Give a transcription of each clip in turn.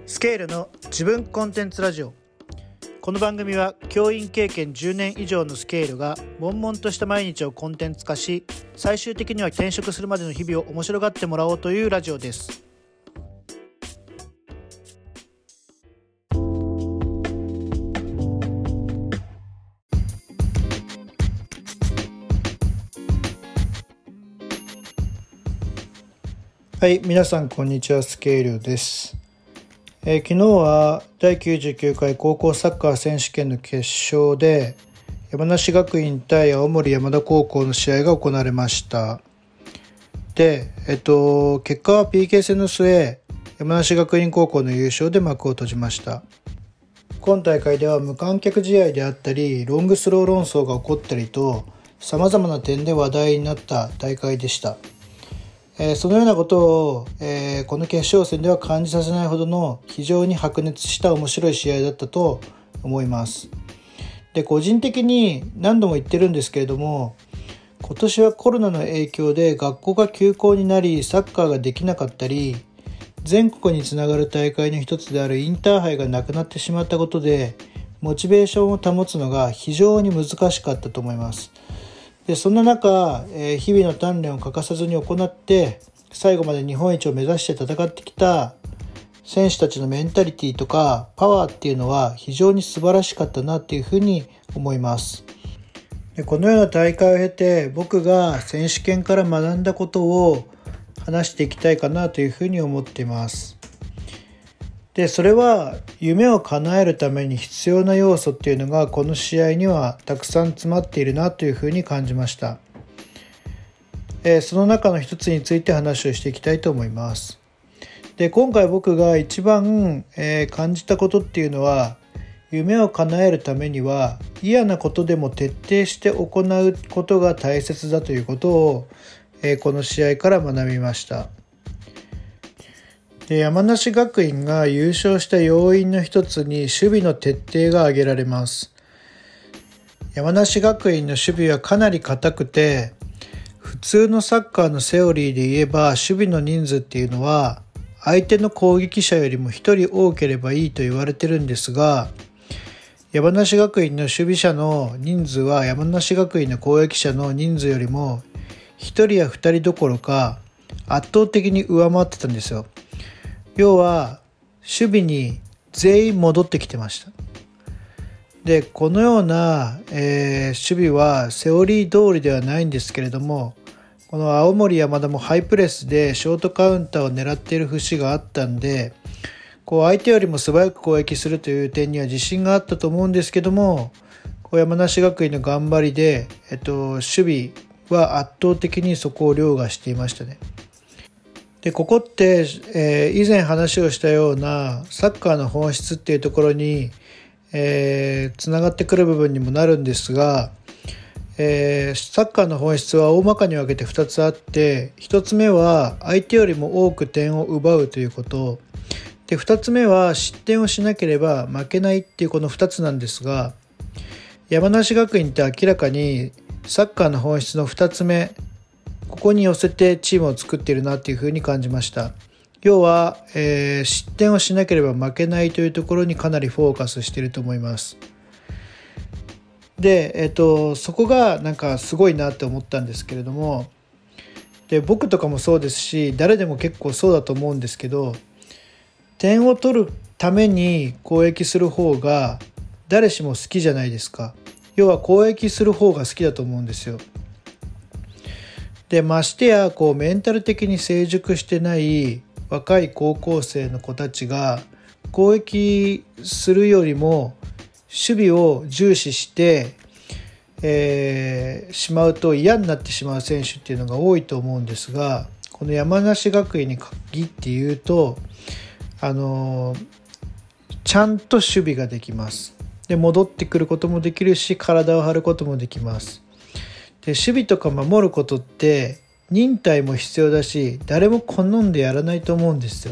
スケールの自分コンテンツラジオ。この番組は教員経験10年以上のスケールが悶々とした毎日をコンテンツ化し、最終的には転職するまでの日々を面白がってもらおうというラジオです。はい、皆さんこんにちは、スケールです。昨日は第99回高校サッカー選手権の決勝で山梨学院対青森山田高校の試合が行われました。で、結果は PK 戦の末、山梨学院高校の優勝で幕を閉じました。今大会では無観客試合であったり、ロングスロー論争が起こったりと、様々な点で話題になった大会でした。そのようなことを、この決勝戦では感じさせないほどの非常に白熱した面白い試合だったと思います。で、個人的に何度も言ってるんですけれども、今年はコロナの影響で学校が休校になり、サッカーができなかったり、全国につながる大会の一つであるインターハイがなくなってしまったことで、モチベーションを保つのが非常に難しかったと思います。で、そんな中、日々の鍛錬を欠かさずに行って最後まで日本一を目指して戦ってきた選手たちのメンタリティとかパワーっていうのは非常に素晴らしかったなっていうふうに思います。で、このような大会を経て僕が選手権から学んだことを話していきたいかなというふうに思っています。で、それは夢を叶えるために必要な要素っていうのがこの試合にはたくさん詰まっているなというふうに感じました。その中の一つについて話をしていきたいと思います。で、今回僕が一番、感じたことっていうのは、夢を叶えるためには嫌なことでも徹底して行うことが大切だということを、この試合から学びました。で、山梨学院が優勝した要因の一つに守備の徹底が挙げられます。山梨学院の守備はかなり硬くて、普通のサッカーのセオリーで言えば守備の人数っていうのは相手の攻撃者よりも1人多ければいいと言われてるんですが、山梨学院の守備者の人数は山梨学院の攻撃者の人数よりも1人や2人どころか圧倒的に上回ってたんですよ。要は守備に全員戻ってきてました。で、このような、守備はセオリー通りではないんですけれども、この青森山田もハイプレスでショートカウンターを狙っている節があったんで、相手よりも素早く攻撃するという点には自信があったと思うんですけども、山梨学院の頑張りで、守備は圧倒的にそこを凌駕していましたね。で、ここって、以前話をしたようなサッカーの本質っていうところに、つながってくる部分にもなるんですが、サッカーの本質は大まかに分けて2つあって、1つ目は相手よりも多く点を奪うということで、2つ目は失点をしなければ負けないっていうこの2つなんですが、山梨学院って明らかにサッカーの本質の2つ目、ここに寄せてチームを作っているなっていうふうに感じました。要は、失点をしなければ負けないというところにかなりフォーカスしていると思います。で、そこがなんかすごいなって思ったんですけれども、で、僕とかもそうですし、誰でも結構そうだと思うんですけど、点を取るために攻撃する方が誰しも好きじゃないですか。要は攻撃する方が好きだと思うんですよ。で、ましてやメンタル的に成熟してない若い高校生の子たちが攻撃するよりも守備を重視してしまうと嫌になってしまう選手っていうのが多いと思うんですが、この山梨学院に限って言うとちゃんと守備ができます。で、戻ってくることもできるし、体を張ることもできます。で、守備とか守ることって忍耐も必要だし、誰も好んでやらないと思うんですよ。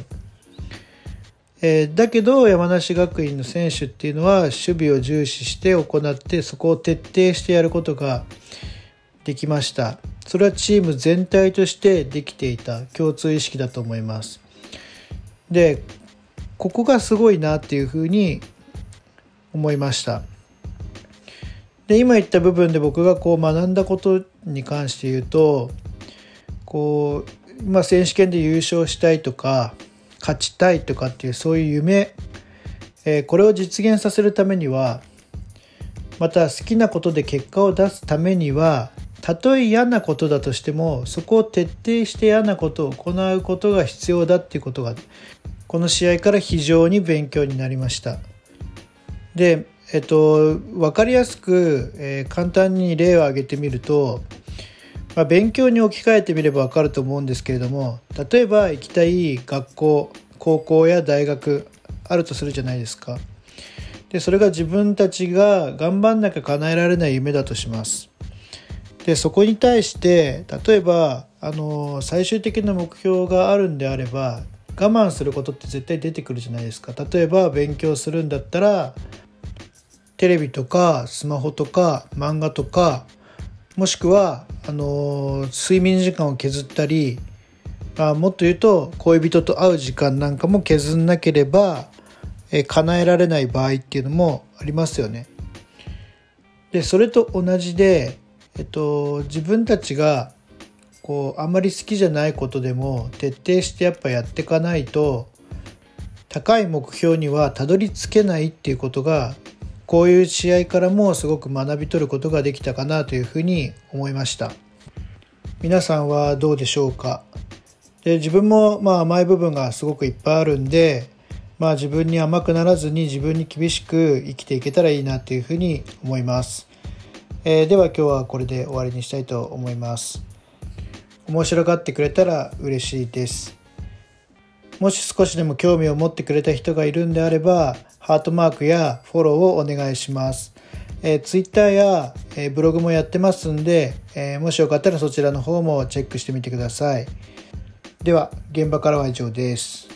だけど山梨学院の選手っていうのは守備を重視して行って、そこを徹底してやることができました。それはチーム全体としてできていた共通意識だと思います。で、 ここがすごいなっていうふうに思いました。で、今言った部分で僕が学んだことに関して言うと、選手権で優勝したいとか勝ちたいとかっていうそういう夢、これを実現させるためには、また好きなことで結果を出すためには、たとえ嫌なことだとしてもそこを徹底して嫌なことを行うことが必要だっていうことがこの試合から非常に勉強になりました。で、分かりやすく、簡単に例を挙げてみると、勉強に置き換えてみれば分かると思うんですけれども、例えば行きたい学校、高校や大学あるとするじゃないですか。で、それが自分たちが頑張んなきゃ叶えられない夢だとします。で、そこに対して例えば最終的な目標があるんであれば、我慢することって絶対出てくるじゃないですか。例えば勉強するんだったらテレビとかスマホとか漫画とか、もしくは睡眠時間を削ったり、もっと言うと恋人と会う時間なんかも削んなければ、叶えられない場合っていうのもありますよね。で、それと同じで、自分たちがあまり好きじゃないことでも徹底してやっぱやっていかないと、高い目標にはたどり着けないっていうことが、こういう試合からもすごく学び取ることができたかなというふうに思いました。皆さんはどうでしょうか。で、自分も甘い部分がすごくいっぱいあるんで、自分に甘くならずに自分に厳しく生きていけたらいいなというふうに思います。では今日はこれで終わりにしたいと思います。面白がってくれたら嬉しいです。もし少しでも興味を持ってくれた人がいるんであれば、ハートマークやフォローをお願いします。Twitter や、ブログもやってますんで、もしよかったらそちらの方もチェックしてみてください。では、現場からは以上です。